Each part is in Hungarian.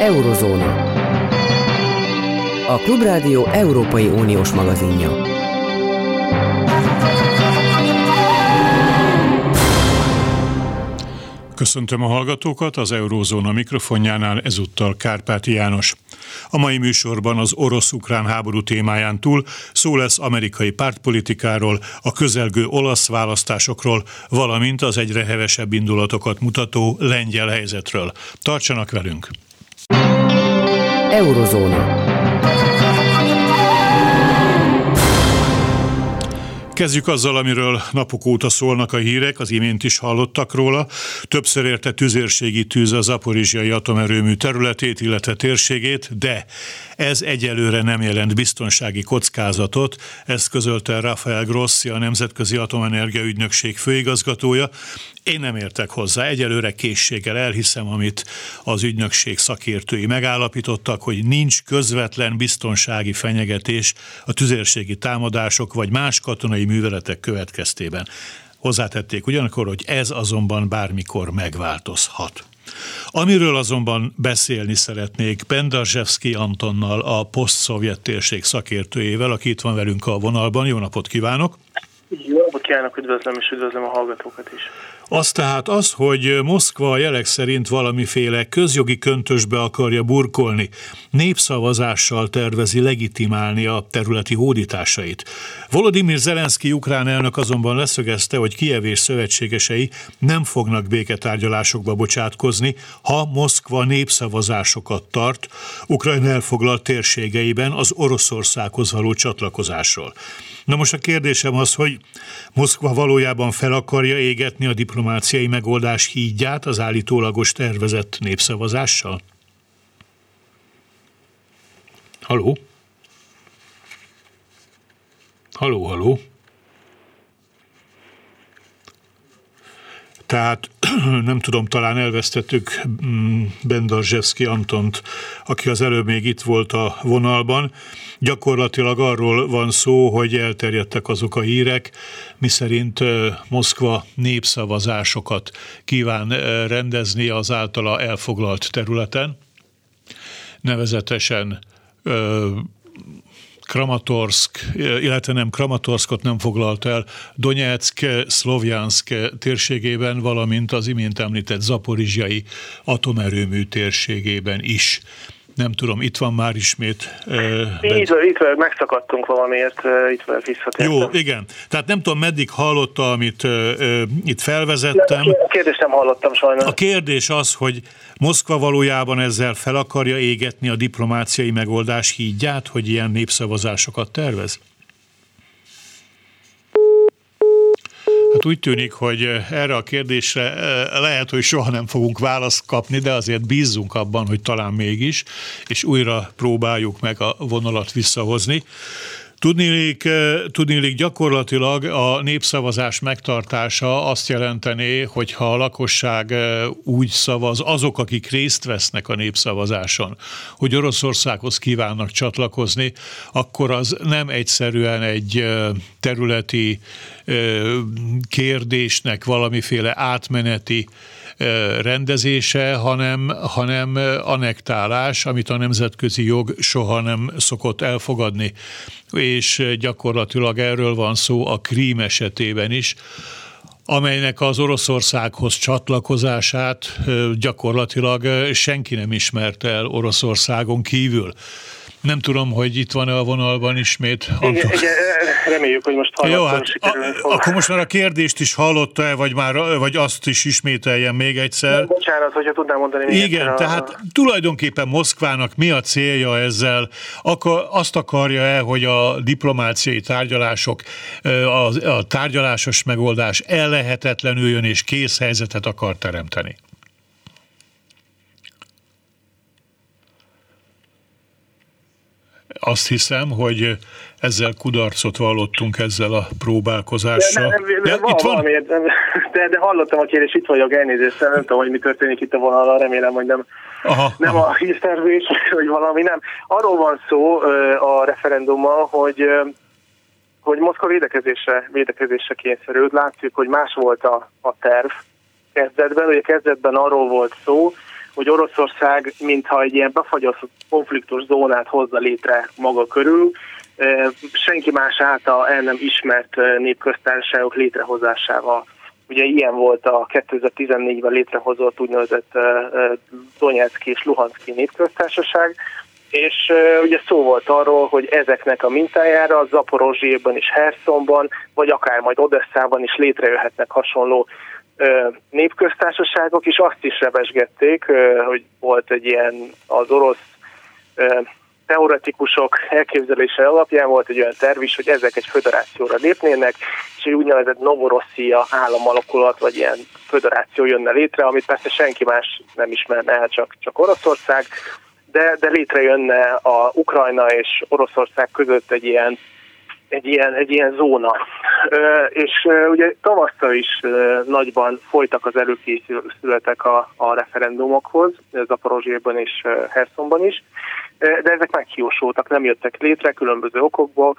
Eurozóna. A Klubrádió Európai Uniós magazinja. Köszöntöm a hallgatókat, az Eurózóna mikrofonjánál ezúttal Kárpáti János. A mai műsorban az orosz-ukrán háború témáján túl szó lesz amerikai pártpolitikáról, a közelgő olasz választásokról, valamint az egyre hevesebb indulatokat mutató lengyel helyzetről. Tartsanak velünk! Eurozóna. Kezdjük azzal, amiről napok óta szólnak a hírek, az imént is hallottak róla. Többször érte tüzérségi tűz a zaporizsiai atomerőmű területét, illetve térségét, de ez egyelőre nem jelent biztonsági kockázatot, ezt közölte Rafael Grossi, a Nemzetközi Atomenergia Ügynökség főigazgatója. Én nem értek hozzá, egyelőre készséggel elhiszem, amit az ügynökség szakértői megállapítottak, hogy nincs közvetlen biztonsági fenyegetés a tüzérségi támadások vagy más katonai műveletek következtében. Hozzátették ugyanakkor, hogy ez azonban bármikor megváltozhat. Amiről azonban beszélni szeretnék Pendarzsevszky Antonnal, a poszt-szovjet térség szakértőjével, aki itt van velünk a vonalban. Jó napot kívánok! Jó napot kívánok, üdvözlöm és üdvözlöm a hallgatókat is. Az tehát az, hogy Moszkva a jelek szerint valamiféle közjogi köntösbe akarja burkolni, népszavazással tervezi legitimálni a területi hódításait. Volodymyr Zelenszky ukrán elnök azonban leszögezte, hogy Kijev és szövetségesei nem fognak béketárgyalásokba bocsátkozni, ha Moszkva népszavazásokat tart Ukrajna elfoglalt térségeiben az Oroszországhoz való csatlakozásról. Na most a kérdésem az, hogy Moszkva valójában fel akarja égetni a diplomáciai megoldás hídját az állítólagos tervezett népszavazással? Halló? Halló? Tehát nem tudom, talán elvesztettük Pendarzsevszky Antont, aki az előbb még itt volt a vonalban. Gyakorlatilag arról van szó, hogy elterjedtek azok a hírek, miszerint Moszkva népszavazásokat kíván rendezni az általa elfoglalt területen, nevezetesen Kramatorszk, illetve nem Kramatorszkot nem foglalt el, Donyeck, Szlovjanszk térségében, valamint az imént említett zaporizsiai atomerőmű térségében is. Nem tudom, itt van már ismét. Itt megszakadtunk valamiért, itt visszatértem. Jó, igen. Tehát nem tudom, meddig hallotta, amit itt felvezettem. A kérdést nem hallottam sajnos. A kérdés az, hogy Moszkva valójában ezzel fel akarja égetni a diplomáciai megoldás hídját, hogy ilyen népszavazásokat tervez? Hát úgy tűnik, hogy erre a kérdésre lehet, hogy soha nem fogunk választ kapni, de azért bízzunk abban, hogy talán mégis, és újra próbáljuk meg a vonalat visszahozni. Tudniillik gyakorlatilag a népszavazás megtartása azt jelentené, hogyha a lakosság úgy szavaz, azok, akik részt vesznek a népszavazáson, hogy Oroszországhoz kívánnak csatlakozni, akkor az nem egyszerűen egy területi kérdésnek valamiféle átmeneti rendezése, hanem annektálás, amit a nemzetközi jog soha nem szokott elfogadni. És gyakorlatilag erről van szó a Krím esetében is, amelynek az Oroszországhoz csatlakozását gyakorlatilag senki nem ismerte el Oroszországon kívül. Nem tudom, hogy itt van-e a vonalban ismét. Igen, reméljük, hogy most hallottam. Jó, hát akkor most már a kérdést is hallotta-e, vagy azt is ismételjen még egyszer? Bocsánat, hogyha tudnám mondani még igen, egyszer. Tehát tulajdonképpen Moszkvának mi a célja ezzel? Azt akarja-e, hogy a diplomáciai tárgyalások, a tárgyalásos megoldás ellehetetlenüljön és kész helyzetet akar teremteni? Azt hiszem, hogy ezzel kudarcot vallottunk ezzel a próbálkozással. De hallottam a kérdést, itt vagyok, elnézést, nem tudom, hogy mi történik itt a vonalon, remélem, hogy nem a hírszerzés, vagy valami, nem. Arról van szó a referendummal, hogy Moszkva védekezésre kényszerült. Látszik, hogy más volt a terv kezdetben. Ugye kezdetben arról volt szó, hogy Oroszország mintha egy ilyen befagyasztott konfliktus zónát hozza létre maga körül, senki más által el nem ismert népköztársaságok létrehozásával. Ugye ilyen volt a 2014-ben létrehozott úgynevezett Donetszki és Luhanszki népköztársaság, és ugye szó volt arról, hogy ezeknek a mintájára Zaporozsjében és Herszonban, vagy akár majd Odesszában is létrejöhetnek hasonló népköztársaságok, és azt is rebesgették, hogy volt egy ilyen az orosz teoretikusok elképzelése alapján volt egy olyan terv is, hogy ezek egy föderációra lépnének, és egy úgynevezett Novorosszia államalakulat, vagy ilyen föderáció jönne létre, amit persze senki más nem ismerne el, csak Oroszország, de létrejönne a Ukrajna és Oroszország között egy ilyen zóna. És ugye tavasszal is nagyban folytak az előkészületek a referendumokhoz, Zaporozsjében és Herszonban is, de ezek meghiúsultak, nem jöttek létre különböző okokból,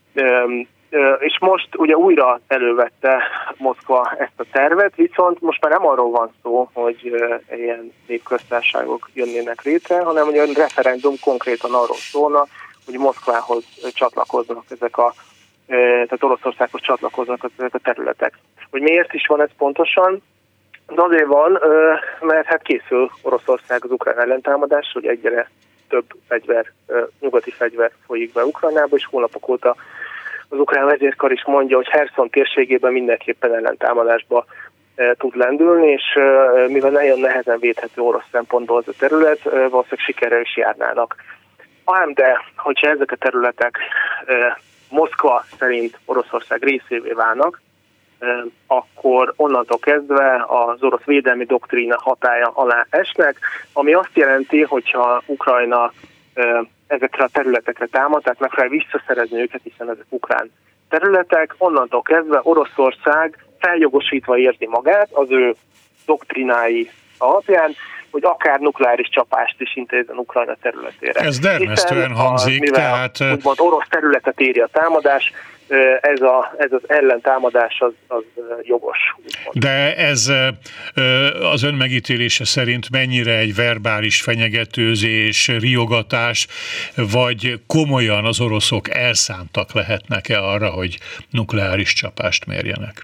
és most ugye újra elővette Moszkva ezt a tervet, viszont most már nem arról van szó, hogy ilyen népköztársaságok jönnének létre, hanem hogy a referendum konkrétan arról szólna, hogy Moszkvához csatlakoznak tehát Oroszországhoz csatlakoznak ezek a területek. Hogy miért is van ez pontosan? De azért van, mert hát készül Oroszország az ukrán ellentámadás, hogy egyre több nyugati fegyver folyik be Ukrajnába, és hónapok óta az ukrán vezérkar is mondja, hogy Herszon térségében mindenképpen ellentámadásba tud lendülni, és mivel nagyon nehezen védhető orosz szempontból ez a terület, valószínűleg sikerrel is járnának. De hogyha ezek a területek Moszkva szerint Oroszország részévé válnak, akkor onnantól kezdve az orosz védelmi doktrína hatálya alá esnek, ami azt jelenti, hogyha Ukrajna ezekre a területekre támad, tehát meg kell visszaszerezni őket, hiszen ezek ukrán területek, onnantól kezdve Oroszország feljogosítva érzi magát az ő doktrinái alapján, hogy akár nukleáris csapást is intézzen Ukrajna területére. Ez dermesztően hangzik, mivel tehát úgymond orosz területet éri a támadás, ez az ellentámadás az jogos. Úgymond. De ez az ön megítélése szerint mennyire egy verbális fenyegetőzés, riogatás, vagy komolyan az oroszok elszántak lehetnek-e arra, hogy nukleáris csapást mérjenek?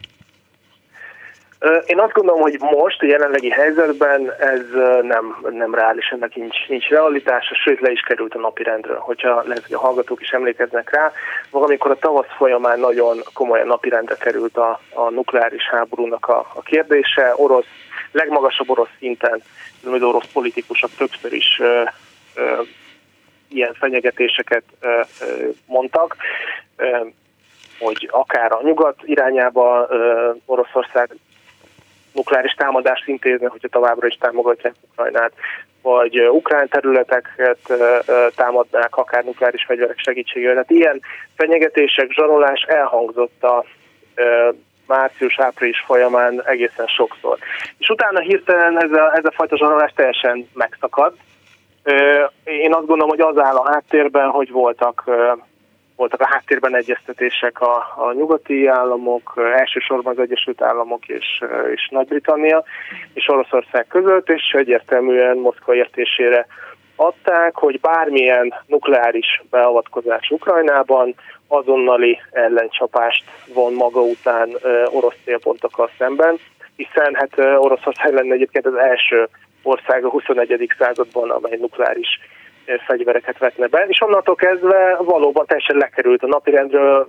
Én azt gondolom, hogy most a jelenlegi helyzetben ez nem reális, ennek nincs realitása, sőt le is került a napirendről. Hogyha lehet, hogy a hallgatók is emlékeznek rá, valamikor a tavasz folyamán nagyon komolyan napirendre került a nukleáris háborúnak a kérdése. Legmagasabb orosz szinten, az orosz politikusok többször is ilyen fenyegetéseket mondtak, hogy akár a nyugat irányába Oroszország nukleáris támadást intézne, hogyha továbbra is támogatják Ukrajnát, vagy ukrán területeket támadnák, akár nukleáris fegyverek segítségével. Tehát ilyen fenyegetések, zsarolás elhangzott a március-április folyamán egészen sokszor. És utána hirtelen ez a fajta zsarolás teljesen megszakadt. Én azt gondolom, hogy az áll a háttérben, hogy voltak a háttérben egyeztetések a nyugati államok, elsősorban az Egyesült Államok és Nagy-Britannia és Oroszország között, és egyértelműen Moszkva értésére adták, hogy bármilyen nukleáris beavatkozás Ukrajnában azonnali ellencsapást von maga után orosz célpontokkal szemben, hiszen hát Oroszország lenne egyébként az első ország a 21. században, amely nukleáris fegyvereket vetne be, és onnantól kezdve valóban teljesen lekerült a napirendről,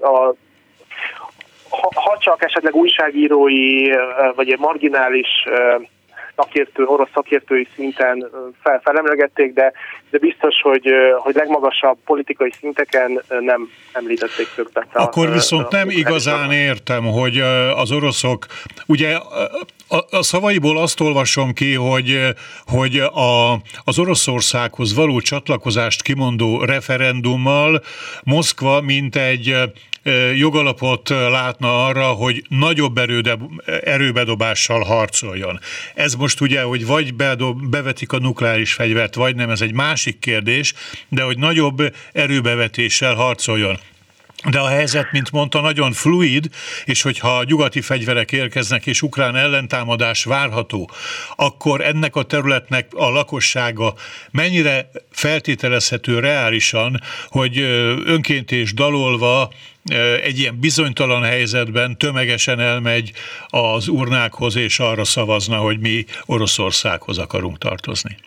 ha csak esetleg újságírói, vagy egy marginális orosz szakértői szinten felemlegették, de biztos, hogy legmagasabb politikai szinteken nem említették többet. Akkor viszont nem igazán értem, hogy az oroszok, ugye a szavaiból azt olvasom ki, hogy az Oroszországhoz való csatlakozást kimondó referendummal Moszkva mint egy jogalapot látna arra, hogy nagyobb erőbedobással harcoljon. Ez most ugye, hogy vagy bevetik a nukleáris fegyvert, vagy nem, ez egy másik kérdés, de hogy nagyobb erőbevetéssel harcoljon. de a helyzet, mint mondta, nagyon fluid, és hogyha nyugati fegyverek érkeznek, és ukrán ellentámadás várható, akkor ennek a területnek a lakossága mennyire feltételezhető reálisan, hogy önként és dalolva egy ilyen bizonytalan helyzetben tömegesen elmegy az urnákhoz, és arra szavazna, hogy mi Oroszországhoz akarunk tartozni?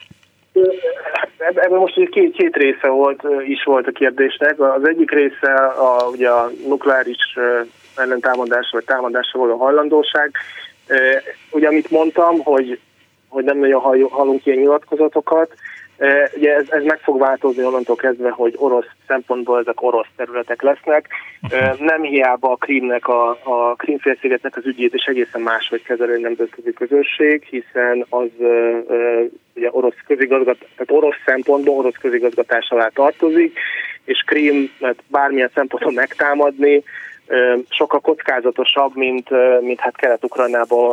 Ebben most két része volt a kérdésnek. Az egyik része ugye a nukleáris ellentámadásra vagy támadásra való hajlandóság. Ugye amit mondtam, hogy nem nagyon hallunk ilyen nyilatkozatokat, ugye ez meg fog változni onnantól kezdve, hogy orosz szempontból ezek orosz területek lesznek. Nem hiába a Krímnek, a Krím-félszigetnek az ügyét is egészen máshogy kezelő a nemzetközi közösség, hiszen az ugye orosz szempontból orosz közigazgatás alá tartozik, és Krímet bármilyen szempontból megtámadni sokkal kockázatosabb, mint hát Kelet-Ukrajnában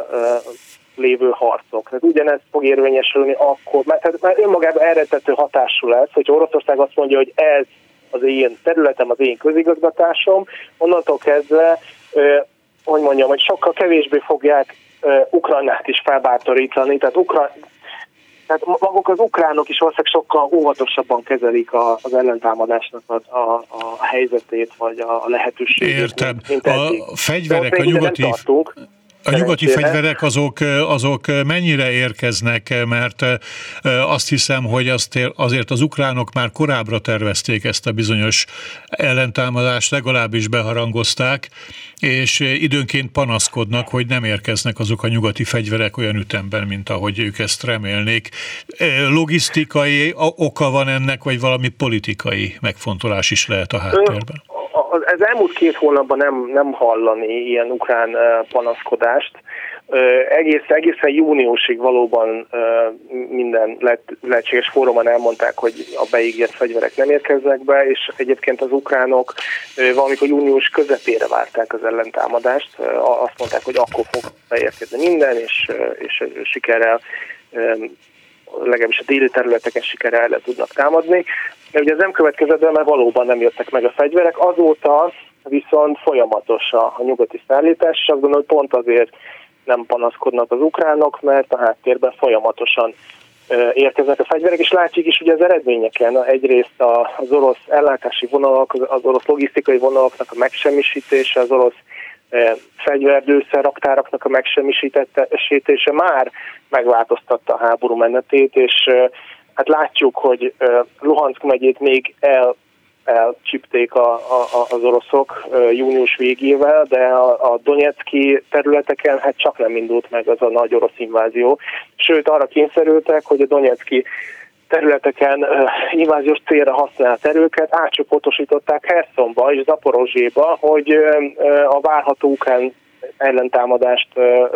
lévő harcok. Tehát ugyanez fog érvényesülni akkor, mert önmagában elrettető hatású lesz, hogy Oroszország azt mondja, hogy ez az én területem, az én közigazgatásom, onnantól kezdve, hogy sokkal kevésbé fogják Ukrajnát is felbátorítani, tehát maguk az ukránok is valószínűleg sokkal óvatosabban kezelik az ellentámadásnak a helyzetét, vagy a lehetőségét. Értem. A fegyverek, a nyugati fegyverek azok mennyire érkeznek, mert azt hiszem, hogy azért az ukránok már korábbra tervezték ezt a bizonyos ellentámadást, legalábbis beharangozták, és időnként panaszkodnak, hogy nem érkeznek azok a nyugati fegyverek olyan ütemben, mint ahogy ők ezt remélnék. Logisztikai oka van ennek, vagy valami politikai megfontolás is lehet a háttérben? Az elmúlt 2 hónapban nem hallani ilyen ukrán panaszkodást. Egészen júniusig valóban minden lehetséges fórumon elmondták, hogy a beígért fegyverek nem érkeznek be, és egyébként az ukránok valamikor június közepére várták az ellentámadást. Azt mondták, hogy akkor fog beérkezni minden, és sikerrel, legalábbis a déli területeken sikerrel le tudnak támadni. De ugye ez nem következett be, mert valóban nem jöttek meg a fegyverek. Azóta viszont folyamatos a nyugati szállítás, és azt gondolom, hogy pont azért nem panaszkodnak az ukránok, mert a háttérben folyamatosan érkeznek a fegyverek, és látjuk is ugye az eredményeken. Egyrészt az orosz ellátási vonalak, az orosz logisztikai vonalaknak a megsemmisítése, az orosz fegyverdőszer raktáraknak a megsemmisítése már megváltoztatta a háború menetét, és hát látjuk, hogy Luhanszk megyét még elcsípték az oroszok június végével, de a donetszki területeken hát csak nem indult meg az a nagy orosz invázió. Sőt, arra kényszerültek, hogy a donetszki területeken inváziós célra használt erőket átcsoportosították Herszonba és Zaporozséba, hogy a várható ukrán ellentámadást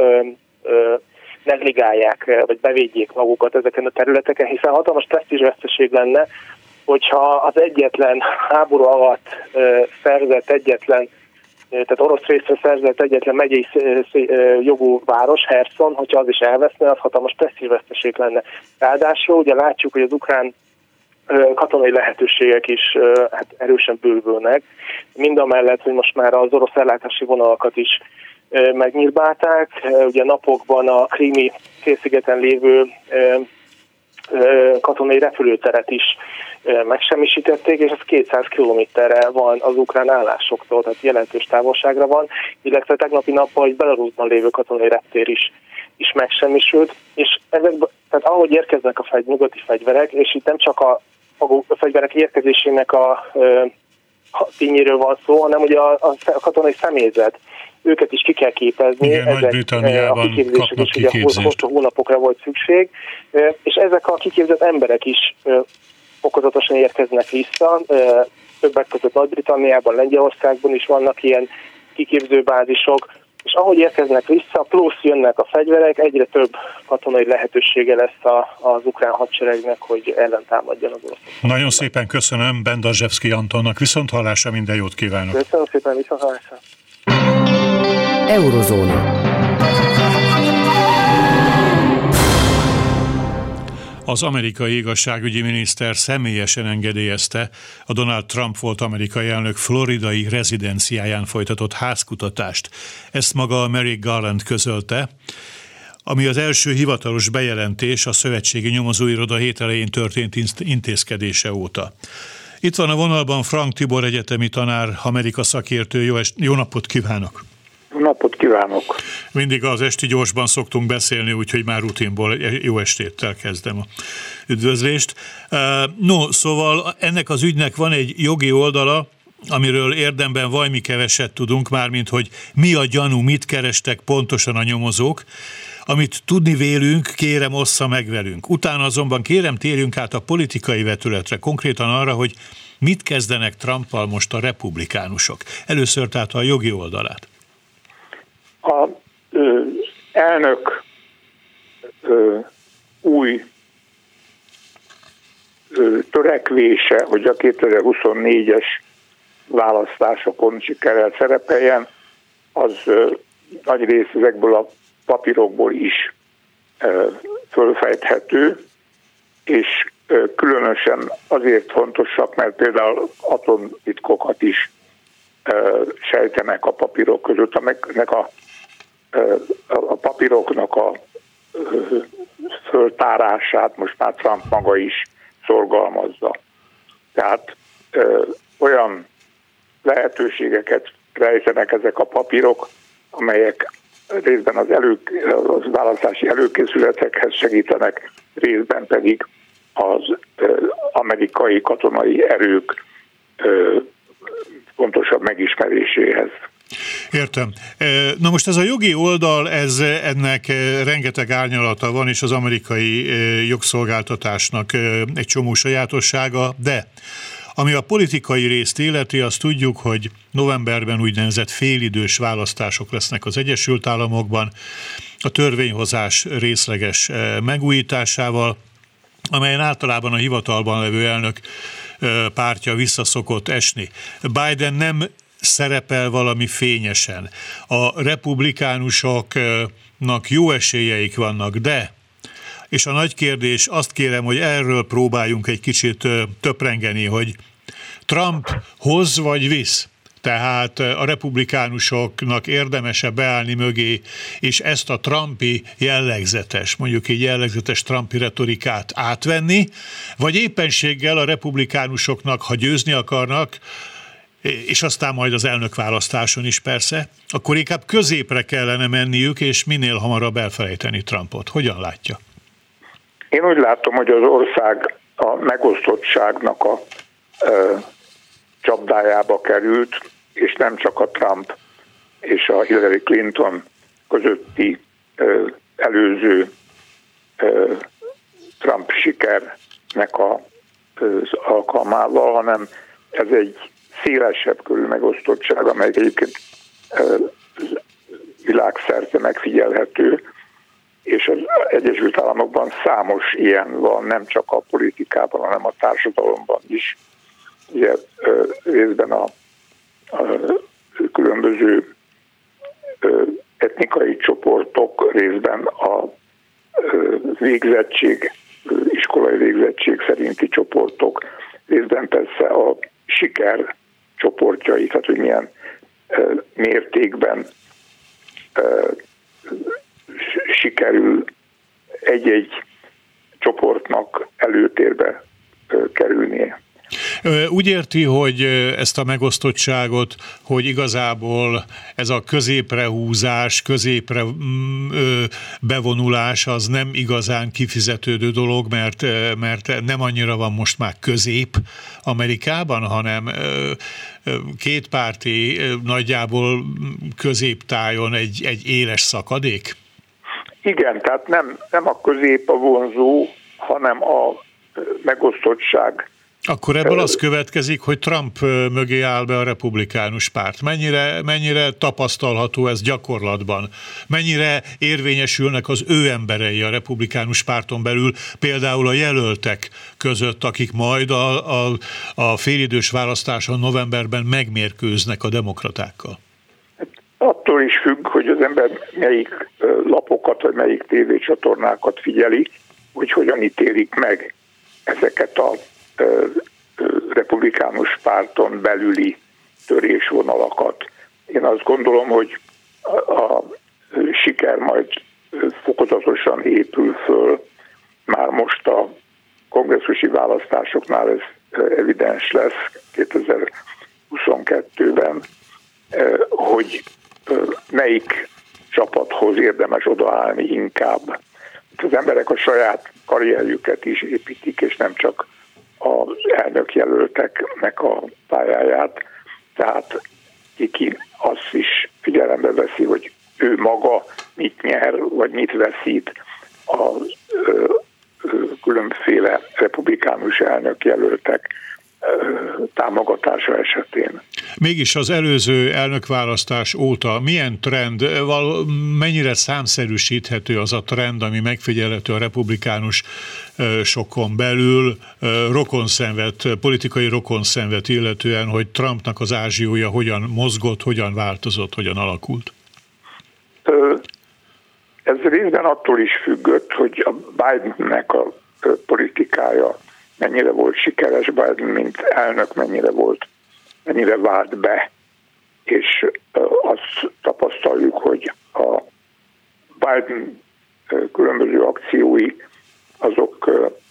negligálják, vagy bevédjék magukat ezeken a területeken, hiszen hatalmas presztízsveszteség lenne, hogyha az egyetlen háború alatt szerzett tehát orosz részre szerzett egyetlen megyei jogú város, Herszon, hogyha az is elveszne, az hatalmas presztízsveszteség lenne. Ráadásul ugye látjuk, hogy az ukrán katonai lehetőségek is hát erősen bővülnek. Mindamellett, hogy most már az orosz ellátási vonalakat is megnyírbálták. Ugye napokban a krími félszigeten lévő katonai repülőteret is megsemmisítették, és ez 200 kilométerre van az ukrán állásoktól, tehát jelentős távolságra van, illetve tegnapi nappal egy Belarusban lévő katonai reptér is megsemmisült, és ezekben, tehát ahogy érkeznek a nyugati fegyverek, és itt nem csak a fegyverek érkezésének a tényéről van szó, hanem ugye a katonai személyzet, őket is ki kell képezni. Igen, Nagy-Britanniában kapnak kiképzést. Hónapokra volt szükség, és ezek a kiképzett emberek is fokozatosan érkeznek vissza. Többek között Nagy-Britanniában, Lengyelországban is vannak ilyen kiképzőbázisok, és ahogy érkeznek vissza, plusz jönnek a fegyverek, egyre több katonai lehetősége lesz az ukrán hadseregnek, hogy ellentámadjon az oroszok. Nagyon szépen köszönöm Bendarzsevszky Antonnak, viszonthallásra, minden jót kívánok! Köszönöm szépen, viszonthallásra! Eurozóna. Az amerikai igazságügyi miniszter személyesen engedélyezte a Donald Trump volt amerikai elnök floridai rezidenciáján folytatott házkutatást. Ezt maga Merrick Garland közölte, ami az első hivatalos bejelentés a szövetségi nyomozóiroda hét elején történt intézkedése óta. Itt van a vonalban Frank Tibor egyetemi tanár, Amerika szakértő. Jó napot kívánok! Jó napot kívánok! Mindig az esti gyorsban szoktunk beszélni, úgyhogy már rutinból jó estéttel kezdem a üdvözlést. Szóval ennek az ügynek van egy jogi oldala, amiről érdemben vajmi keveset tudunk, mármint hogy mi a gyanú, mit kerestek pontosan a nyomozók. Amit tudni vélünk, kérem, ossza meg velünk. Utána azonban kérem, térjünk át a politikai vetületre, konkrétan arra, hogy mit kezdenek Trumpal most a republikánusok. Először tehát a jogi oldalát. Az elnök új törekvése, hogy a 2024-es választásokon sikerrel szerepeljen, az nagy rész ezekből a papírokból is fölfejthető, és különösen azért fontosak, mert például atomtitkokat is sejtenek a papírok között, amelynek a papíroknak a föltárását most már Trump maga is szorgalmazza. Tehát olyan lehetőségeket rejtenek ezek a papírok, amelyek részben az választási előkészületekhez segítenek, részben pedig az amerikai katonai erők pontosabb megismeréséhez. Értem. Na most ez a jogi oldal, ennek rengeteg árnyalata van, és az amerikai jogszolgáltatásnak egy csomó sajátossága, de ami a politikai részt illeti, azt tudjuk, hogy novemberben úgynevezett félidős választások lesznek az Egyesült Államokban, a törvényhozás részleges megújításával, amelyen általában a hivatalban levő elnök pártja vissza szokott esni. Biden nem szerepel valami fényesen. A republikánusoknak jó esélyeik vannak, de, és a nagy kérdés, azt kérem, hogy erről próbáljunk egy kicsit töprengeni, hogy Trump hoz vagy visz? Tehát a republikánusoknak érdemese beállni mögé, és ezt a trumpi jellegzetes, mondjuk így jellegzetes trumpi retorikát átvenni, vagy éppenséggel a republikánusoknak, ha győzni akarnak, és aztán majd az elnökválasztáson is persze, akkor inkább középre kellene menniük, és minél hamarabb elfelejteni Trumpot. Hogyan látja? Én úgy látom, hogy az ország a megosztottságnak a csapdájába került, és nem csak a Trump és a Hillary Clinton közötti előző Trump sikernek az alkalmával, hanem ez egy szélesebb körű megosztottság, amely egyébként világszerte megfigyelhető, és az Egyesült Államokban számos ilyen van, nem csak a politikában, hanem a társadalomban is. Ugye részben a különböző etnikai csoportok, részben a végzettség, iskolai végzettség szerinti csoportok, részben persze a siker csoportjai, tehát hogy milyen mértékben sikerül egy-egy csoportnak előtérbe kerülnie. Úgy érti, hogy ezt a megosztottságot, hogy igazából ez a középre húzás, középre bevonulás az nem igazán kifizetődő dolog, mert nem annyira van most már közép Amerikában, hanem kétpárti nagyjából középtájon egy éles szakadék? Igen, tehát nem a közép a vonzó, hanem a megosztottság. Akkor ebből az következik, hogy Trump mögé áll be a republikánus párt. Mennyire tapasztalható ez gyakorlatban? Mennyire érvényesülnek az ő emberei a republikánus párton belül, például a jelöltek között, akik majd a félidős választáson novemberben megmérkőznek a demokratákkal? Attól is függ, hogy az ember melyik lapokat vagy melyik tévécsatornákat figyeli. hogy hogyan ítélik meg ezeket a republikánus párton belüli törésvonalakat. Én azt gondolom, hogy a siker majd fokozatosan épül föl, már most a kongresszusi választásoknál ez evidens lesz 2022-ben, hogy melyik csapathoz érdemes odaállni inkább. Az emberek a saját karrierjüket is építik, és nem csak az elnökjelölteknek a pályáját. Tehát ki azt is figyelembe veszi, hogy ő maga mit nyer, vagy mit veszít a különféle republikánus elnökjelöltek támogatása esetén. Mégis az előző elnökválasztás óta milyen trend, mennyire számszerűsíthető az a trend, ami megfigyelhető a republikánus sokon belül, politikai rokonszenvet illetően, hogy Trumpnak az ázsiója hogyan mozgott, hogyan változott, hogyan alakult? Ez részben attól is függött, hogy a Bidennek a politikája mennyire volt sikeres, Biden mint elnök mennyire vált be, és azt tapasztaljuk, hogy a Biden különböző akciói azok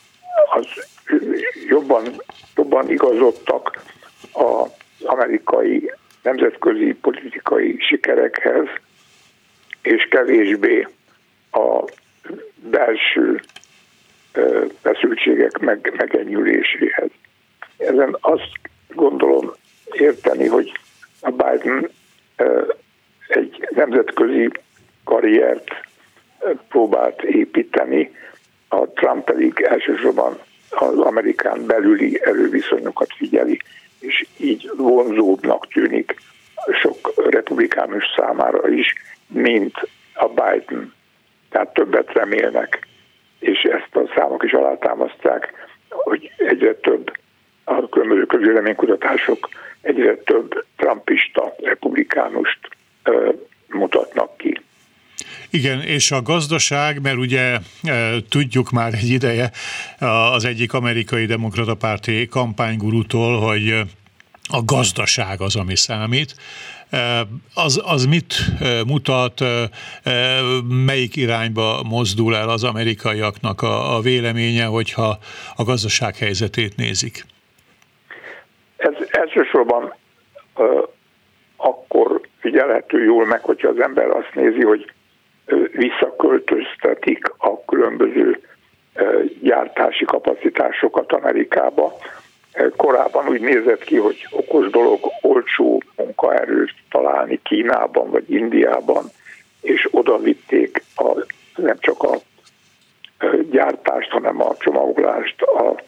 jobban igazodtak az amerikai nemzetközi politikai sikerekhez, és kevésbé a belső feszültségek megenyüléséhez. Ezen azt gondolom érteni, hogy a Biden egy nemzetközi karriert próbált építeni, a Trump pedig elsősorban az Amerikán belüli erőviszonyokat figyeli, és így vonzóbbnak tűnik sok republikánus számára is, mint a Biden. Tehát többet remélnek, és ezt a számok is alátámasztják, hogy egyre több a különböző közvéleménykutatások egyre több trumpista republikánust mutatnak ki. Igen, és a gazdaság, mert ugye tudjuk már egy ideje az egyik amerikai demokrata párti kampánygurútól, hogy a gazdaság az, ami számít. Az mit mutat, melyik irányba mozdul el az amerikaiaknak a véleménye, hogyha a gazdaság helyzetét nézik? Ez elsősorban akkor figyelhető jól meg, hogyha az ember azt nézi, hogy visszaköltöztetik a különböző gyártási kapacitásokat Amerikába. Korábban úgy nézett ki, hogy okos dolog olcsó munkaerőt találni Kínában vagy Indiában, és oda vitték nem csak a gyártást, hanem a csomagolást, a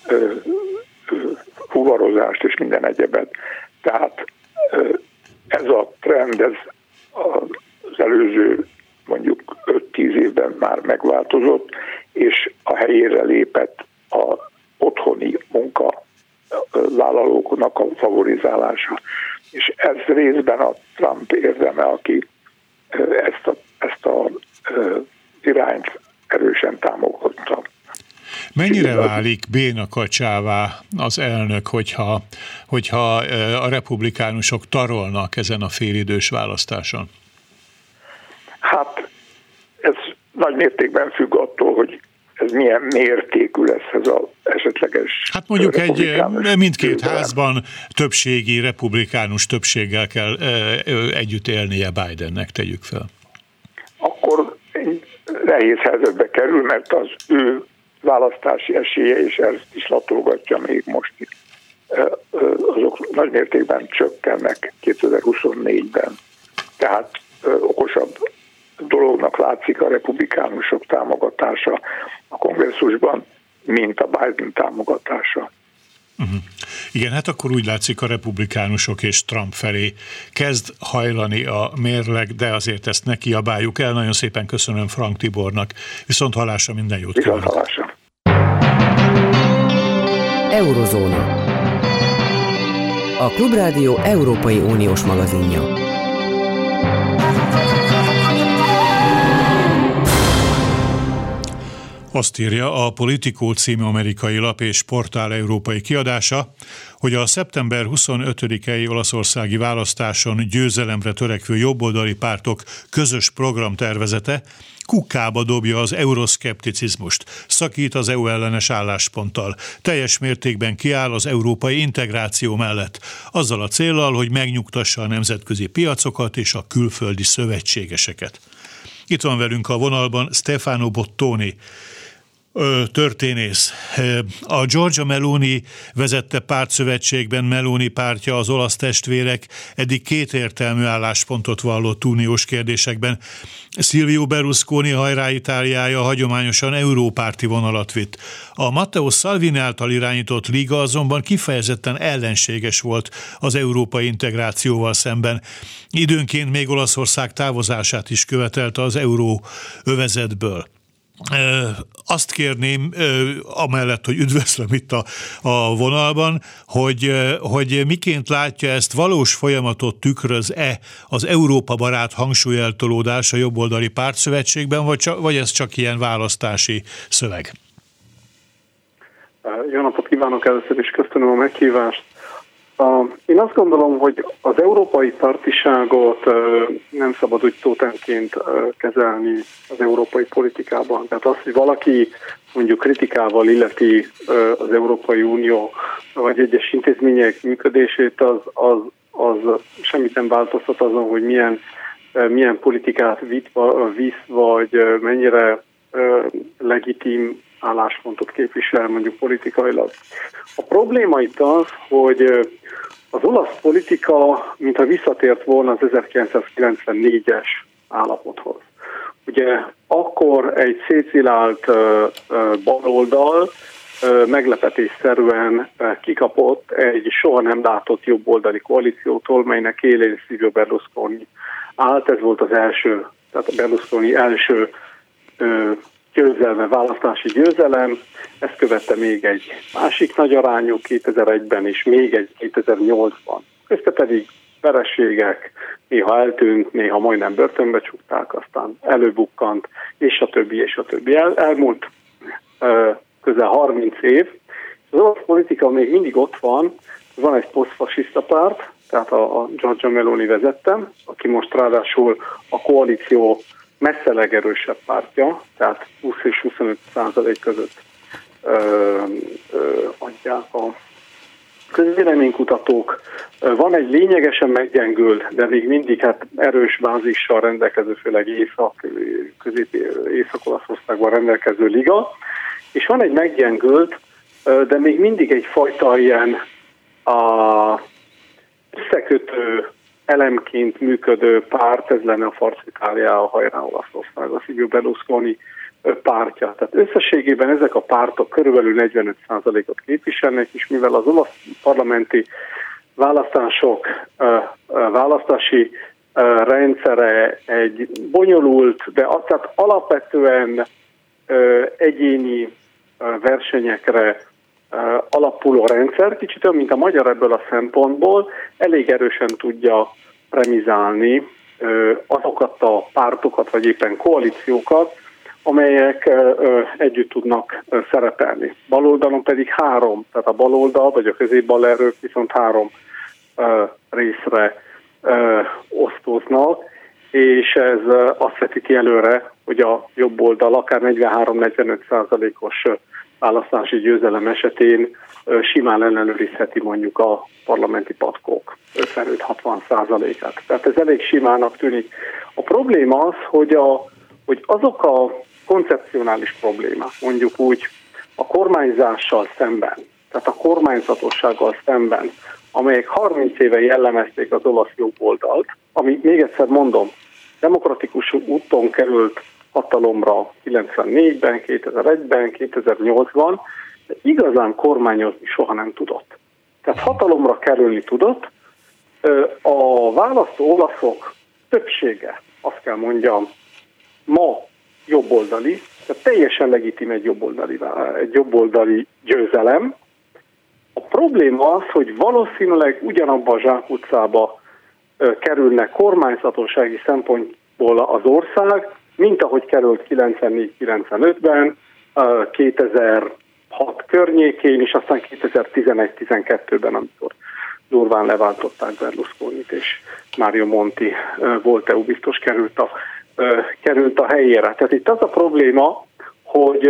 fuvarozást és minden egyebet. Tehát ez a trend, ez az előző mondjuk 5-10 évben már megváltozott, és a helyére lépett a otthoni munkavállalóknak a favorizálása. És ez részben a Trump érdeme, aki ezt a irányt erősen támogatta. Mennyire válik bénakacsává az elnök, hogyha a republikánusok tarolnak ezen a félidős választáson? Hát ez nagy mértékben függ attól, hogy ez milyen mértékű lesz ez az esetleges... Hát mondjuk mindkét házban többségi republikánus többséggel kell együtt élnie Bidennek, tegyük fel. Akkor nehéz helyzetbe kerül, mert az ő választási esélye, és ezt is latolgatja még most itt, azok nagy mértékben csökkennek 2024-ben. Tehát okosabb dolognak látszik a republikánusok támogatása a kongresszusban, mint a Biden támogatása. Igen, hát akkor úgy látszik, a republikánusok és Trump felé kezd hajlani a mérleg, de azért ezt ne kiabáljuk el. Nagyon szépen köszönöm Frank Tibornak. Viszont hallásra, minden jót kívánok. Viszont hallásra. Eurozóna. A Klubrádió Európai Uniós magazinja. Azt írja a Politico című amerikai lap és portál európai kiadása, hogy a szeptember 25-i olaszországi választáson győzelemre törekvő jobboldali pártok közös programtervezete kukkába dobja az euroszkepticizmust, szakít az EU ellenes állásponttal, teljes mértékben kiáll az európai integráció mellett, azzal a céllal, hogy megnyugtassa a nemzetközi piacokat és a külföldi szövetségeseket. Itt van velünk a vonalban Stefano Bottoni, történész. A Giorgia Meloni vezette pártszövetségben Meloni pártja, az olasz testvérek eddig kétértelmű álláspontot vallott uniós kérdésekben. Silvio Berlusconi Hajrá Itáliája hagyományosan európárti vonalat vitt. A Matteo Salvini által irányított Liga azonban kifejezetten ellenséges volt az európai integrációval szemben. Időnként még Olaszország távozását is követelte az euróövezetből. Azt kérném, amellett, hogy üdvözlöm itt a vonalban, hogy miként látja ezt, valós folyamatot tükröz-e az Európa barát hangsúlyeltolódás a jobboldali pártszövetségben, vagy ez csak ilyen választási szöveg? Jó napot kívánok, először is köszönöm a meghívást. Én azt gondolom, hogy az európai pártiságot nem szabad úgy tótemként kezelni az európai politikában. Tehát az, hogy valaki mondjuk kritikával illeti az Európai Unió vagy egyes intézmények működését, az semmit nem változtat azon, hogy milyen politikát visz, vagy mennyire legitim álláspontot képvisel mondjuk politikailag. A probléma itt az, hogy az olasz politika mintha visszatért volna az 1994-es állapothoz. Ugye akkor egy szétzilált baloldal meglepetésszerűen kikapott egy soha nem látott jobboldali koalíciótól, melynek élén Silvio Berlusconi állt. Ez volt az első, tehát a Berlusconi első győzelme, választási győzelem, ezt követte még egy másik nagy arányú 2001-ben és még egy 2008-ban. Közte pedig vereségek, néha eltűnt, néha majdnem börtönbe csukták, aztán előbukkant, és a többi, és a többi. Elmúlt közel 30 év. Az olasz politika még mindig ott van egy posztfasiszta párt, tehát a Giorgia Meloni vezette, aki most ráadásul a koalíció messze legerősebb pártja, tehát 20 és 25% között adják a közvéleménykutatók. Van egy lényegesen meggyengült, de még mindig erős bázissal rendelkező, főleg Észak-Olaszországban rendelkező Liga, és van egy meggyengült, de még mindig egyfajta ilyen összekötő elemként működő párt, ez lenne a Forza Italia, a Hajrá Olaszország, a Silvio Berlusconi pártja. Tehát összességében ezek a pártok körülbelül 45%-ot képviselnek, és mivel az olasz parlamenti választások választási rendszere egy bonyolult, de tehát alapvetően egyéni versenyekre alapuló rendszer, kicsit olyan, mint a magyar ebből a szempontból, elég erősen tudja premizálni azokat a pártokat, vagy éppen koalíciókat, amelyek együtt tudnak szerepelni. Baloldalon pedig 3, tehát a baloldal, vagy a középbal erők viszont 3 részre osztoznak, és ez azt vetíti előre, hogy a jobb oldal akár 43-45%-os választási győzelem esetén simán ellenőrizheti mondjuk a parlamenti patkók 55-60%-át. Tehát ez elég simának tűnik. A probléma az, hogy azok a koncepcionális problémák, mondjuk úgy a kormányzással szemben, tehát a kormányzatossággal szemben, amelyek 30 éve jellemezték az olasz jobboldalt, ami még egyszer mondom, demokratikus úton került hatalomra 94-ben, 2001-ben, 2008-ban, de igazán kormányozni soha nem tudott. Tehát hatalomra kerülni tudott. A választó olaszok többsége, azt kell mondjam, ma jobboldali, tehát teljesen legitim egy jobboldali győzelem. A probléma az, hogy valószínűleg ugyanabba a zsákutcába kerülne kormányzatossági szempontból az ország, mint ahogy került 94-95-ben, 2006 környékén, és aztán 2011-12-ben, amikor durván leváltották Berlusconit, és Mario Monti volt EU biztos került a helyére. Tehát itt az a probléma, hogy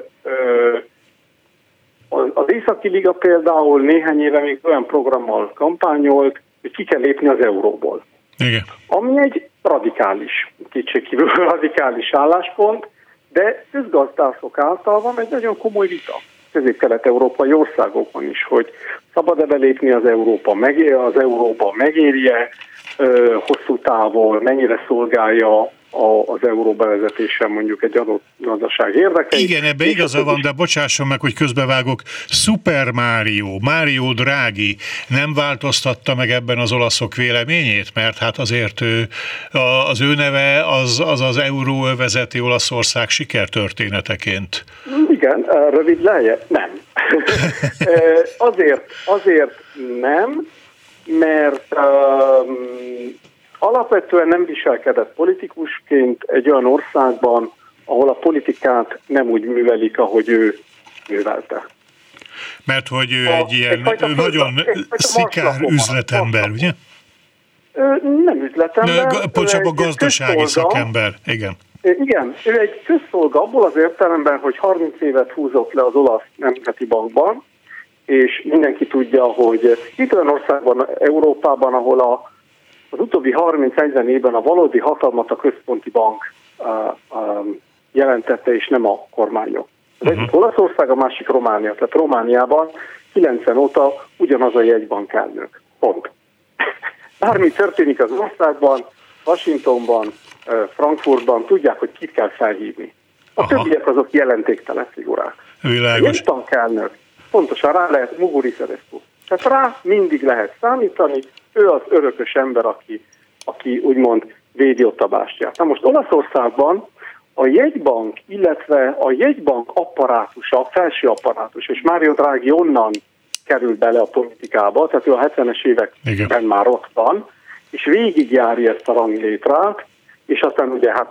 az Északi Liga például néhány éve még olyan programmal kampányolt, hogy ki kell lépni az euróból. Igen. Ami egy radikális, kétségkívül radikális álláspont, de közgazdászok által van egy nagyon komoly vita közép-kelet-európai országokban is, hogy szabad-e belépni az euróba, megéri-e hosszú távon, mennyire szolgálja az euró bevezetése mondjuk egy adott gazdaság érdekeit. Igen, ebbe igaza van, de bocsásson meg, hogy közbevágok. Super Mario Draghi nem változtatta meg ebben az olaszok véleményét, mert hát azért az ő neve az euróövezeti Olaszország sikertörténeteként. Igen, rövid leje? Nem. Azért nem, mert alapvetően nem viselkedett politikusként egy olyan országban, ahol a politikát nem úgy művelik, ahogy ő művelte. Mert hogy ő egy ilyen nagyon szikár üzletember, ugye? Nem üzletember. Pontosabban gazdasági szakember, igen. Igen, ő egy közszolga abból az értelemben, hogy 30 évet húzott le az olasz nemzeti bankban, és mindenki tudja, hogy itt olyan országban, Európában, ahol az utóbbi 30-40 évben a valódi hatalmat a központi bank jelentette, és nem a kormányok. Az egyik Olaszország, a másik Románia. Tehát Romániában 90 óta ugyanaz a jegybank elnök. Pont. Bármi történik az országban, Washingtonban, Frankfurtban, tudják, hogy kit kell felhívni. A többiek azok jelentéktelen figurák. Világos. A jegybank elnök pontosan rá lehet Muguruza. Tehát rá mindig lehet számítani, ő az örökös ember, aki úgymond védi ott a bástyát. Na most Olaszországban a jegybank, illetve a jegybank apparátusa, a felső apparátus, és Mario Draghi onnan került bele a politikába, tehát ő a 70-es években már ott van, és végigjárja ezt a ranglétrát, és aztán ugye hát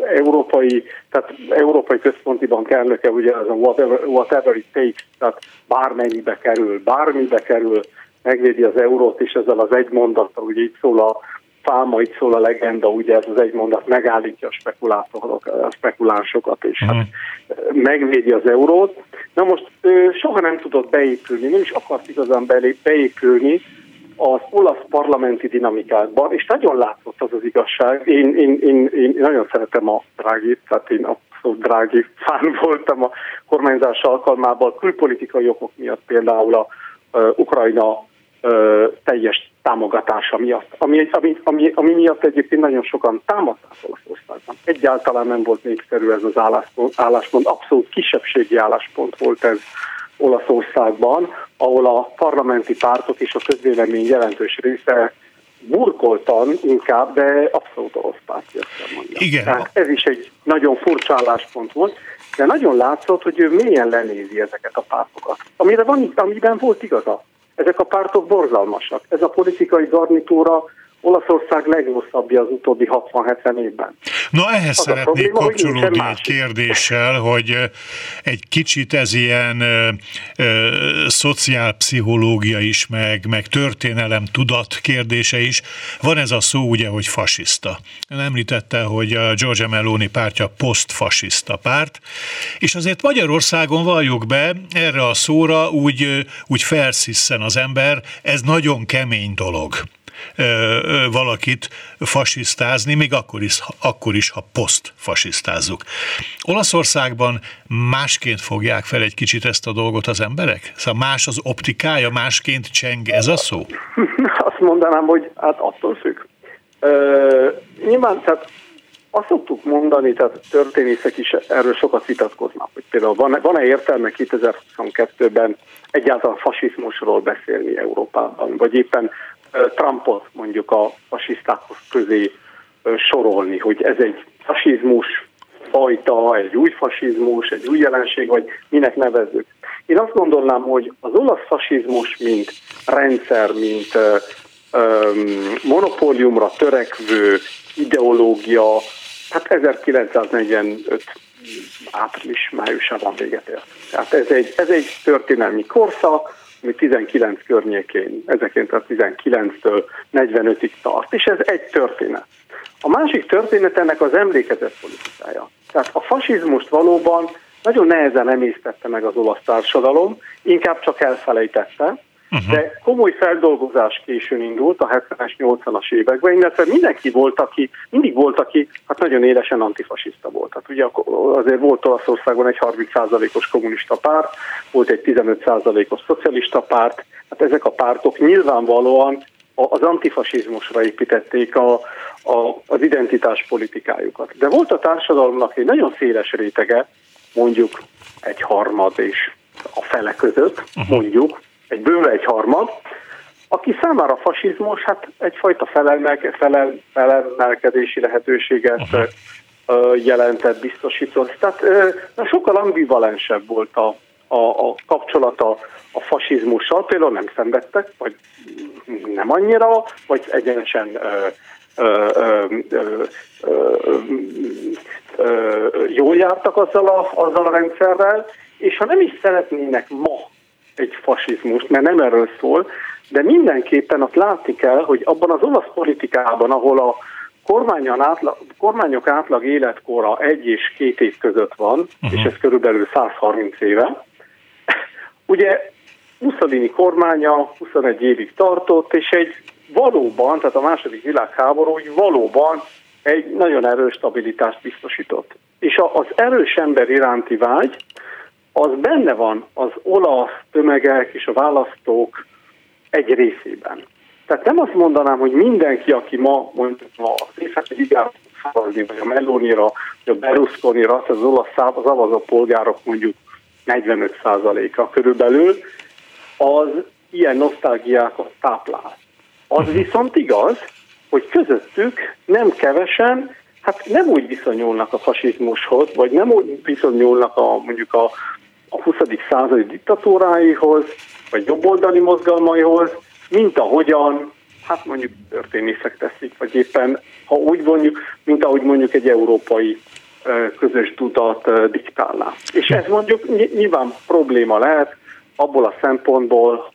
európai központi bank elnöke, ugye az a whatever it takes, tehát bármibe kerül, megvédi az eurót, és ezzel az egy mondattal, ugye itt szól a fáma, itt szól a legenda, ugye ez az egy mondat megállítja a spekulánsokat, és hát megvédi az eurót. Na most soha nem tudott beépülni, nem is akart igazán beépülni az olasz parlamenti dinamikákban, és nagyon látszott az igazság. Én nagyon szeretem a Draghit, tehát én abszolút Draghi fán voltam a kormányzás alkalmával, külpolitikai okok miatt, például a Ukrajna teljes támogatása miatt, ami miatt egyébként nagyon sokan támadták Olaszországban. Egyáltalán nem volt népszerű ez az álláspont, abszolút kisebbségi álláspont volt ez Olaszországban, ahol a parlamenti pártok és a közvélemény jelentős része burkoltan inkább, de abszolút orosz párti, azt mondjam. Igen. Tehát ez is egy nagyon furcsa álláspont volt, de nagyon látszott, hogy ő mélyen lenézi ezeket a pártokat. Amiben volt igaza. Ezek a pártok borzalmasak. Ez a politikai garnitúra Olaszország legrosszabbja az utóbbi 60-70 évben. Na, ehhez szeretnék kapcsolódni egy kérdéssel, hogy egy kicsit ez ilyen szociálpszichológia is, meg történelem tudat kérdése is. Van ez a szó ugye, hogy fasiszta. Ön említette, hogy a Giorgia Meloni pártja posztfasiszta párt, és azért Magyarországon, valljuk be, erre a szóra úgy felszisszen az ember, ez nagyon kemény dolog valakit fasisztázni, még akkor is, ha posztfasisztázzuk. Olaszországban másként fogják fel egy kicsit ezt a dolgot az emberek? Szóval más az optikája, másként cseng ez a szó? Azt mondanám, hogy hát attól függ. Nyilván, tehát azt szoktuk mondani, tehát történészek is erről sokat vitatkoznak, hogy például van-e értelme 2022-ben egyáltalán fasizmusról beszélni Európában, vagy éppen Trumpot mondjuk a fasisztákhoz közé sorolni, hogy ez egy fasizmus fajta, egy új fasizmus, egy új jelenség, vagy minek nevezzük. Én azt gondolnám, hogy az olasz fasizmus, mint rendszer, mint monopóliumra törekvő ideológia, hát 1945 április-májusában véget ért. Tehát ez egy történelmi korszak, ami 19 környékén, 1919-től 45-ig tart, és ez egy történet. A másik történet ennek az emlékezet politikája. Tehát a fasizmust valóban nagyon nehezen emésztette meg az olasz társadalom, inkább csak elfelejtette, de komoly feldolgozás későn indult a 70-es, 80-as években, illetve mindig volt, aki hát nagyon élesen antifasiszta volt. Hát ugye azért volt Olaszországban egy 30%-os kommunista párt, volt egy 15%-os szocialista párt, hát ezek a pártok nyilvánvalóan az antifasizmusra építették az identitáspolitikájukat. De volt a társadalomnak egy nagyon széles rétege, mondjuk egy harmad és a fele között, mondjuk, bőve egy harmad, aki számára a fasizmus hát egyfajta felemelkedési lehetőséget jelentett, biztosított. Tehát sokkal ambivalensebb volt a kapcsolata a fasizmussal, például nem szenvedtek, vagy nem annyira, vagy egyenesen jól jártak azzal a rendszerrel, és ha nem is szeretnének ma egy fasizmust, mert nem erről szól, de mindenképpen azt látni kell, hogy abban az olasz politikában, ahol a kormányok átlag életkora 1 és 2 év között van, és ez körülbelül 130 éve, ugye Mussolini kormánya 21 évig tartott, és egy valóban, tehát a második világháború valóban egy nagyon erős stabilitást biztosított. És az erős ember iránti vágy, az benne van az olasz tömegek és a választók egy részében. Tehát nem azt mondanám, hogy mindenki, aki ma mondjuk az északi ligára szavazni, vagy a Melonira, vagy a Berlusconira, az olasz szavazó polgárok mondjuk 45%-a körülbelül, az ilyen nosztalgiákat táplál. Az viszont igaz, hogy közöttük nem kevesen, hát nem úgy viszonyulnak a fasizmushoz, vagy nem úgy viszonyulnak mondjuk a 20. századi diktatúráihoz, vagy jobboldali mozgalmaihoz, mint ahogyan, hát mondjuk történészek teszik, vagy éppen, ha úgy mondjuk, mint ahogy mondjuk egy európai közös tudat diktálná. És ez mondjuk nyilván probléma lehet abból a szempontból,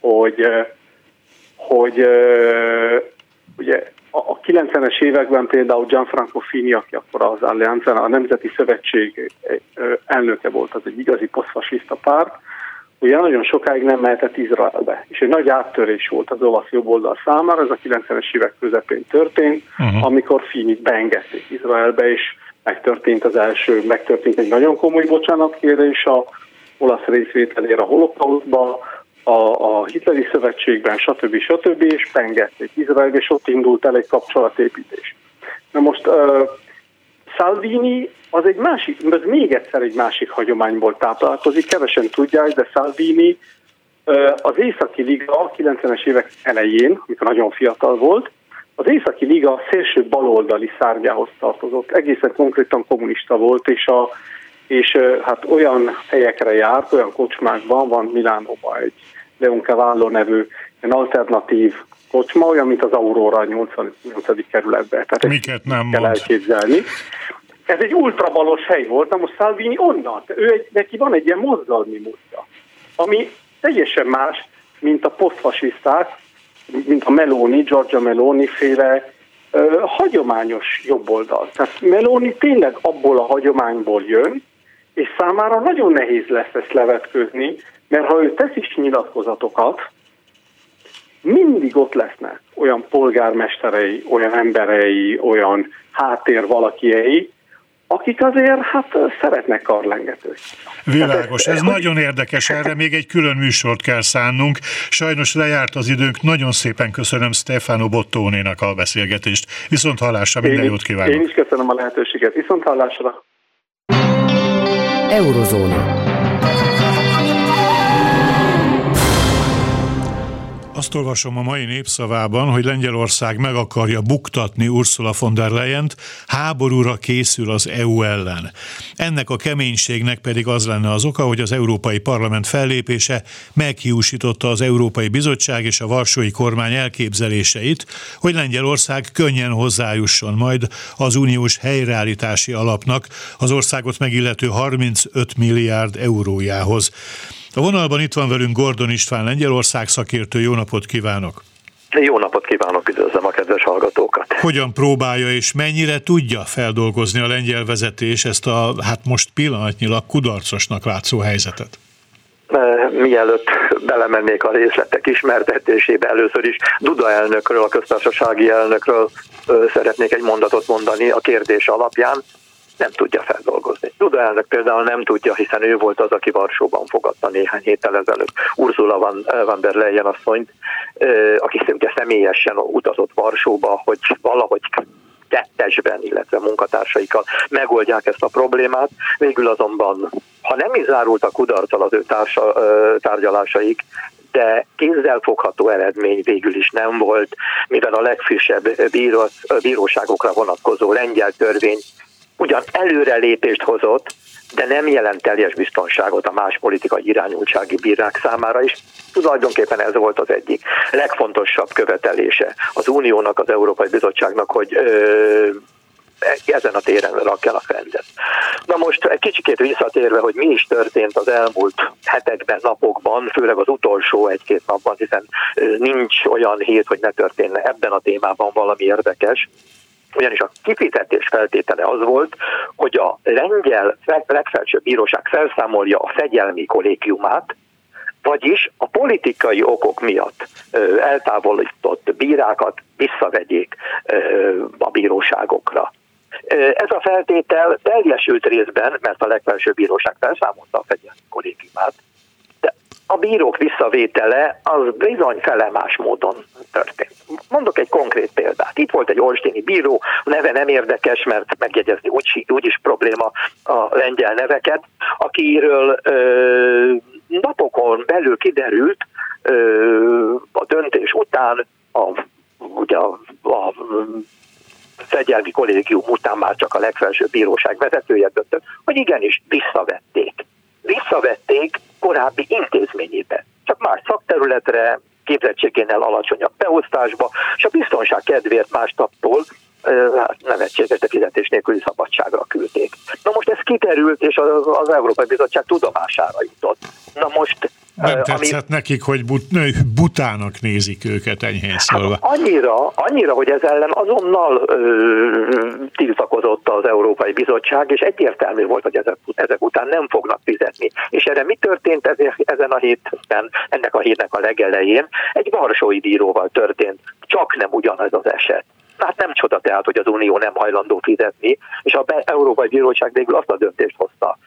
hogy ugye a 90-es években például Gianfranco Fini, aki akkor az Alleanza, a Nemzeti Szövetség elnöke volt, az egy igazi posztfasiszta párt, ugye nagyon sokáig nem mehetett Izraelbe, és egy nagy áttörés volt az olasz jobboldal számára, ez a 90-es évek közepén történt, amikor Finit beengedték Izraelbe, és megtörtént egy nagyon komoly bocsánatkérés a olasz részvételére a holokausztba, a hitleri szövetségben, stb. És beengedték Izraelbe, és ott indult el egy kapcsolatépítés. Na most Salvini az még egyszer egy másik hagyományból táplálkozik, kevesen tudják, de Salvini az Északi Liga a 90-es évek elején, amikor nagyon fiatal volt, az Északi Liga szélső baloldali szárnyához tartozott, egészen konkrétan kommunista volt, és hát olyan helyekre járt, olyan kocsmákban, van Milánóban egy Leon Cavallo nevű alternatív kocsma, olyan, mint az Aurora 88. kerületben. Tehát miket nem kell elképzelni. Ez egy ultrabalos hely volt, na most Salvini onnan, neki van egy ilyen mozgalmi módja, ami teljesen más, mint a posztfasiszták, mint a Meloni, Giorgia Meloni féle hagyományos jobboldal. Tehát Meloni tényleg abból a hagyományból jön, és számára nagyon nehéz lesz ezt levetközni, mert ha ő tesz is nyilatkozatokat, mindig ott lesznek olyan polgármesterei, olyan emberei, olyan háttér valakiei, akik azért szeretnek karlengetőt. Világos, ez nagyon érdekes, erre még egy külön műsort kell szánnunk. Sajnos lejárt az időnk, nagyon szépen köszönöm Stefano Bottónénak a beszélgetést. Viszont hallásra, minden jót kívánok! Én is köszönöm a lehetőséget, viszont hallásra! Eurozóna. Az Azt olvasom a mai Népszavában, hogy Lengyelország meg akarja buktatni Ursula von der Leyent, háborúra készül az EU ellen. Ennek a keménységnek pedig az lenne az oka, hogy az Európai Parlament fellépése meghiúsította az Európai Bizottság és a varsói kormány elképzeléseit, hogy Lengyelország könnyen hozzájusson majd az uniós helyreállítási alapnak az országot megillető 35 milliárd eurójához. A vonalban itt van velünk Gordon István, Lengyelország szakértő. Jó napot kívánok! Jó napot kívánok, üdvözlöm a kedves hallgatókat! Hogyan próbálja és mennyire tudja feldolgozni a lengyel vezetés ezt a most pillanatnyilag kudarcosnak látszó helyzetet? Mielőtt belemennék a részletek ismertetésébe, először is Duda elnökről, a köztársasági elnökről szeretnék egy mondatot mondani a kérdés alapján. Nem tudja feldolgozni. Duda elnök például nem tudja, hiszen ő volt az, aki Varsóban fogadta néhány héttel ezelőtt Ursula von der Leyen asszonyt, aki ugye személyesen utazott Varsóba, hogy valahogy kettesben, illetve munkatársaikkal megoldják ezt a problémát. Végül azonban, ha nem is zárultak kudarccal az ő tárgyalásaik, de kézzelfogható eredmény végül is nem volt, mivel a legfrissebb bíróságokra vonatkozó lengyel törvény ugyan előrelépést hozott, de nem jelent teljes biztonságot a más politikai irányultsági bírák számára is. Tulajdonképpen ez volt az egyik legfontosabb követelése az Uniónak, az Európai Bizottságnak, hogy ezen a téren rakjanak rendet. Na most egy kicsikét visszatérve, hogy mi is történt az elmúlt hetekben, napokban, főleg az utolsó egy-két napban, hiszen nincs olyan hét, hogy ne történne ebben a témában valami érdekes. Ugyanis a kifizetés feltétele az volt, hogy a lengyel legfelsőbb bíróság felszámolja a fegyelmi kollégiumát, vagyis a politikai okok miatt eltávolított bírákat visszavegyék a bíróságokra. Ez a feltétel teljesült részben, mert a legfelsőbb bíróság felszámolta a fegyelmi kollégiumát, de a bírók visszavétele az bizony felemás módon történt. Mondok egy konkrét példát. Itt volt egy olsztyni bíró, a neve nem érdekes, mert megjegyezni úgyis probléma a lengyel neveket, akiről napokon belül kiderült a döntés után, a fegyelmi kollégium után már csak a legfelsőbb bíróság vezetője döntött, hogy igenis visszavették korábbi intézményébe. Csak más szakterületre, képzettségénél alacsonyabb beosztásba, és a biztonság kedvéért másnaptól nevetséges, de fizetés nélküli szabadságra küldték. Na most ez kiderült, és az Európai Bizottság tudomására jutott. Na most nem tetszett nekik, hogy butának nézik őket, enyhén szólva. Annyira, hogy ez ellen azonnal tiltakozott az Európai Bizottság, és egyértelmű volt, hogy ezek után nem fognak fizetni. És erre mi történt ezen a héten, ennek a hétnek a legelején? Egy varsói bíróval történt, csak nem ugyanaz az eset. Hát nem csoda tehát, hogy az Unió nem hajlandó fizetni, és az Európai Bíróság végül azt a döntést hozta,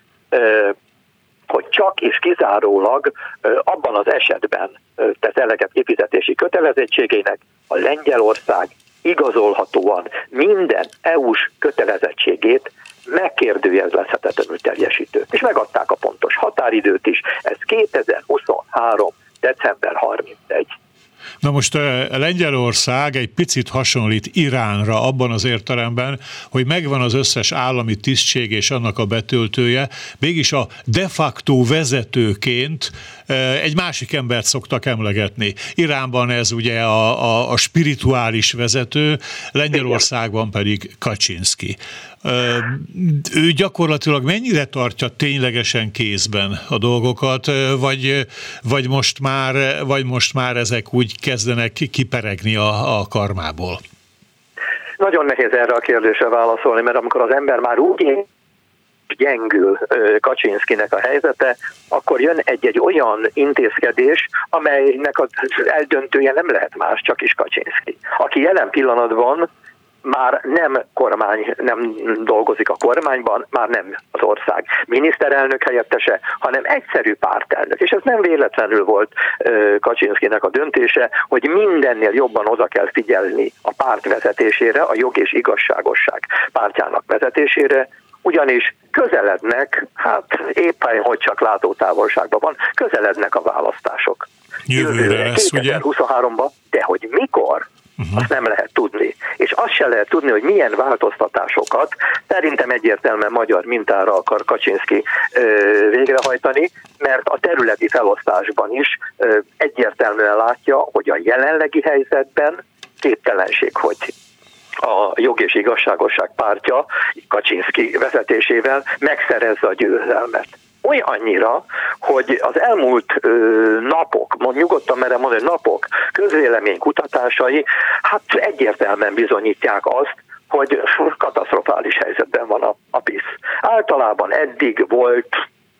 hogy csak és kizárólag abban az esetben tesz eleget kifizetési kötelezettségeinek, a Lengyelország igazolhatóan minden EU-s kötelezettségét megkérdőjelezhetetlenül teljesítő. És megadták a pontos határidőt is, ez 2023. december 31. Na most Lengyelország egy picit hasonlít Iránra abban az értelemben, hogy megvan az összes állami tisztség és annak a betöltője, mégis a de facto vezetőként egy másik embert szoktak emlegetni. Iránban ez ugye a spirituális vezető, Lengyelországban pedig Kaczynszki. Ő gyakorlatilag mennyire tartja ténylegesen kézben a dolgokat, vagy most már ezek úgy kezdenek kiperegni a karmából? Nagyon nehéz erre a kérdésre válaszolni, mert amikor az ember már úgy gyengül Kaczynszkinek a helyzete, akkor jön egy olyan intézkedés, amelynek az eldöntője nem lehet más, csak is Kaczynszki, aki jelen pillanatban már nem dolgozik a kormányban, már nem az ország miniszterelnök helyettese, hanem egyszerű pártelnök. És ez nem véletlenül volt Kaczynszkinek a döntése, hogy mindennél jobban oda kell figyelni a párt vezetésére, a jog és igazságosság pártjának vezetésére, ugyanis közelednek, éppen hogy csak látótávolságban van, közelednek a választások. jövőre lesz, 2023-ban, de hogy mikor, azt nem lehet tudni. És azt sem lehet tudni, hogy milyen változtatásokat szerintem egyértelműen magyar mintára akar Kaczynszki végrehajtani, mert a területi felosztásban is egyértelműen látja, hogy a jelenlegi helyzetben képtelenség, hogy a Jog és Igazságosság pártja Kaczynszki vezetésével megszerezze a győzelmet. Olyannyira, hogy az elmúlt napok, nyugodtan merem mondani, napok közvéleménykutatásai hát egyértelműen bizonyítják azt, hogy katasztrofális helyzetben van a PiS. Általában eddig volt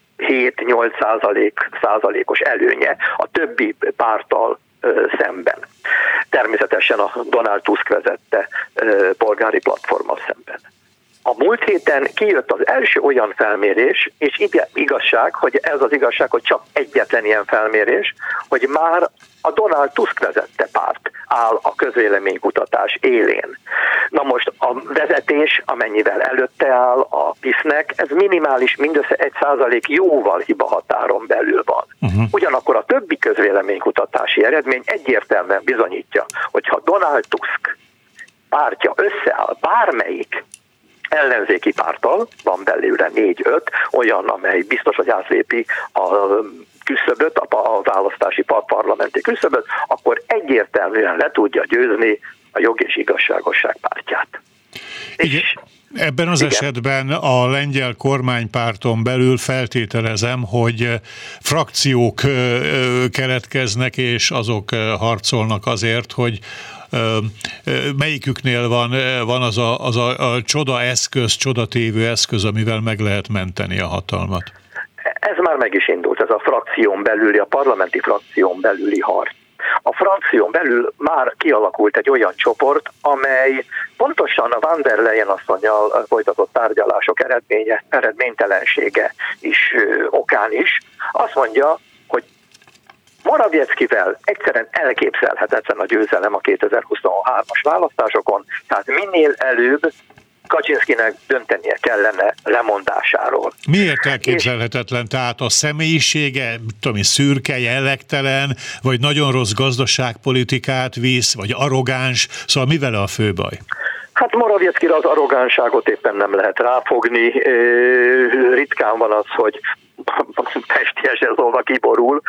7-8 százalékos előnye a többi párttal szemben. Természetesen a Donald Tusk vezette polgári platformmal szemben. A múlt héten kijött az első olyan felmérés, és igazság, hogy ez az igazság, hogy csak egyetlen ilyen felmérés, hogy már a Donald Tusk vezette párt áll a közvéleménykutatás élén. Na most a vezetés, amennyivel előtte áll a PiS-nek, ez minimális, mindössze 1% jóval hibahatáron belül van. Ugyanakkor a többi közvéleménykutatási eredmény egyértelműen bizonyítja, hogyha Donald Tusk pártja összeáll bármelyik ellenzéki párttal, van belőle 4-5, olyan, amely biztos, hogy átlépi a küszöböt, a választási parlamenti küszöböt, akkor egyértelműen le tudja győzni a Jog és Igazságosság pártját. Ebben az esetben a lengyel kormánypárton belül feltételezem, hogy frakciók keletkeznek, és azok harcolnak azért, hogy melyiküknél van az a csoda eszköz, csodatévő eszköz, amivel meg lehet menteni a hatalmat? Ez már meg is indult, ez a frakción belüli, a parlamenti frakción belüli harc. A frakción belül már kialakult egy olyan csoport, amely pontosan a Van der Leyen asszonnyal folytatott tárgyalások eredménytelensége is okán is azt mondja, hogy Morawieckivel egyszerűen elképzelhetetlen a győzelem a 2023-as választásokon, tehát minél előbb Kaczynszkinek döntenie kellene lemondásáról. Miért elképzelhetetlen? Tehát a személyisége, szürke, jellegtelen, vagy nagyon rossz gazdaságpolitikát visz, vagy arrogáns, szóval mivel a fő baj? Hát Morawieckire az arrogánságot éppen nem lehet ráfogni. Ritkán van az, hogy pestiesen szólva kiborul,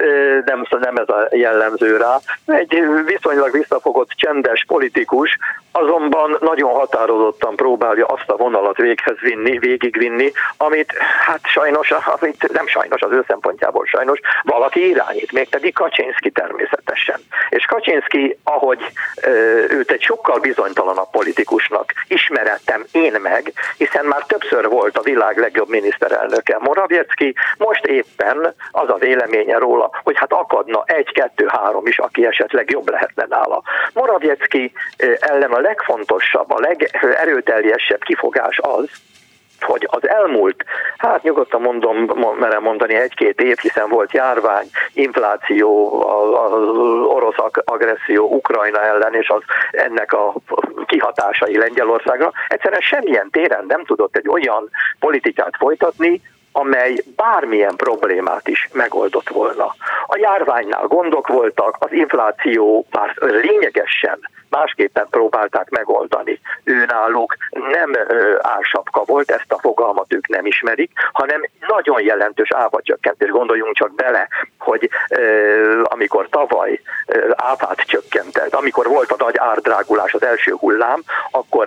nem ez a jellemző rá. Egy viszonylag visszafogott, csendes politikus, azonban nagyon határozottan próbálja azt a vonalat végigvinni, amit hát sajnos, nem sajnos, az ő szempontjából sajnos, valaki irányít, mégpedig Kaczynszki természetesen. És Kaczynszki, ahogy őt egy sokkal bizonytalanabb politikusnak ismerettem én meg, hiszen már többször volt a világ legjobb miniszterelnöke Morawiecki, most éppen az a véleménye róla, hogy hát akadna 1-2-3 is, aki esetleg jobb lehetne nála. Morawiecki ellen a legfontosabb, a legerőteljesebb kifogás az, hogy az elmúlt, hát nyugodtan merem mondani 1-2 év, hiszen volt járvány, infláció, az orosz agresszió Ukrajna ellen, és ennek a kihatásai Lengyelországra, egyszerűen semmilyen téren nem tudott egy olyan politikát folytatni, amely bármilyen problémát is megoldott volna. A járványnál gondok voltak, az infláció már lényegesen másképpen próbálták megoldani. Őnáluk nem ársapka volt, ezt a fogalmat ők nem ismerik, hanem nagyon jelentős áfacsökkentés. Gondoljunk csak bele, hogy amikor tavaly áfát csökkentett, amikor volt a nagy árdrágulás, az első hullám, akkor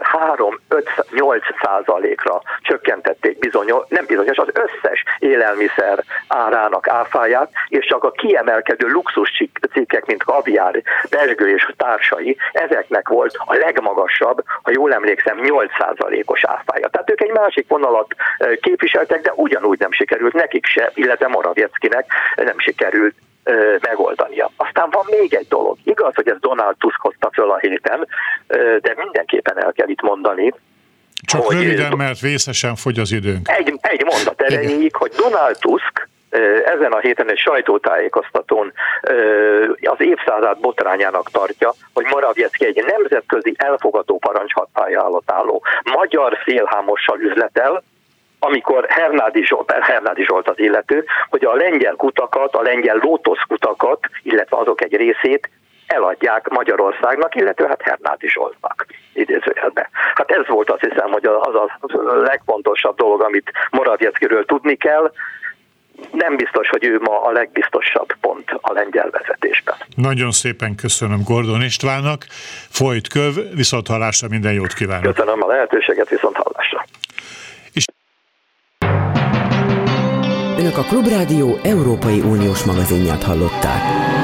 3-5-8%-ra csökkentették az összes élelmiszer árának áfáját, és csak a kiemelkedő luxus cikkek, mint kaviár, pezsgő és társai, ezeknek volt a legmagasabb, ha jól emlékszem, 8%-os áfája. Tehát ők egy másik vonalat képviseltek, de ugyanúgy nem sikerült nekik se, illetve Morawieckinek nem sikerült megoldania. Aztán van még egy dolog. Igaz, hogy ez Donald Tusk hozta föl a héten, de mindenképpen el kell itt mondani, csak röviden, mert vészesen fogy az időnk. Egy mondat erejéig, hogy Donald Tusk ezen a héten egy sajtótájékoztatón az évszázad botrányának tartja, hogy Morawiecki egy nemzetközi elfogadó parancshatály alatt álló magyar szélhámossal üzletel, amikor Hernádi Zsolt az illető, hogy a lengyel kutakat, a lengyel Lotos kutakat, illetve azok egy részét eladják Magyarországnak, illetve hát Hernádi Zsoltnak, idézőjelben. Hát ez volt, azt hiszem, hogy az a legfontosabb dolog, amit Morawieckiről tudni kell. Nem biztos, hogy ő ma a legbiztosabb pont a lengyel vezetésben. Nagyon szépen köszönöm Gordon Istvánnak. Folyt köv, viszonthallásra, minden jót kívánok. Köszönöm a lehetőséget, viszonthallásra. Önök a Klubrádió Európai Uniós magazinját hallották.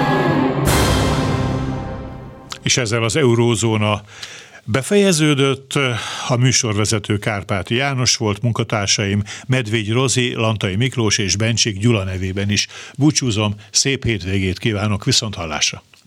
És ezzel az Eurózóna befejeződött. A műsorvezető Kárpáti János volt, munkatársaim Medvégy Rozi, Lantai Miklós és Bencsik Gyula nevében is búcsúzom, szép hétvégét kívánok, viszonthallásra!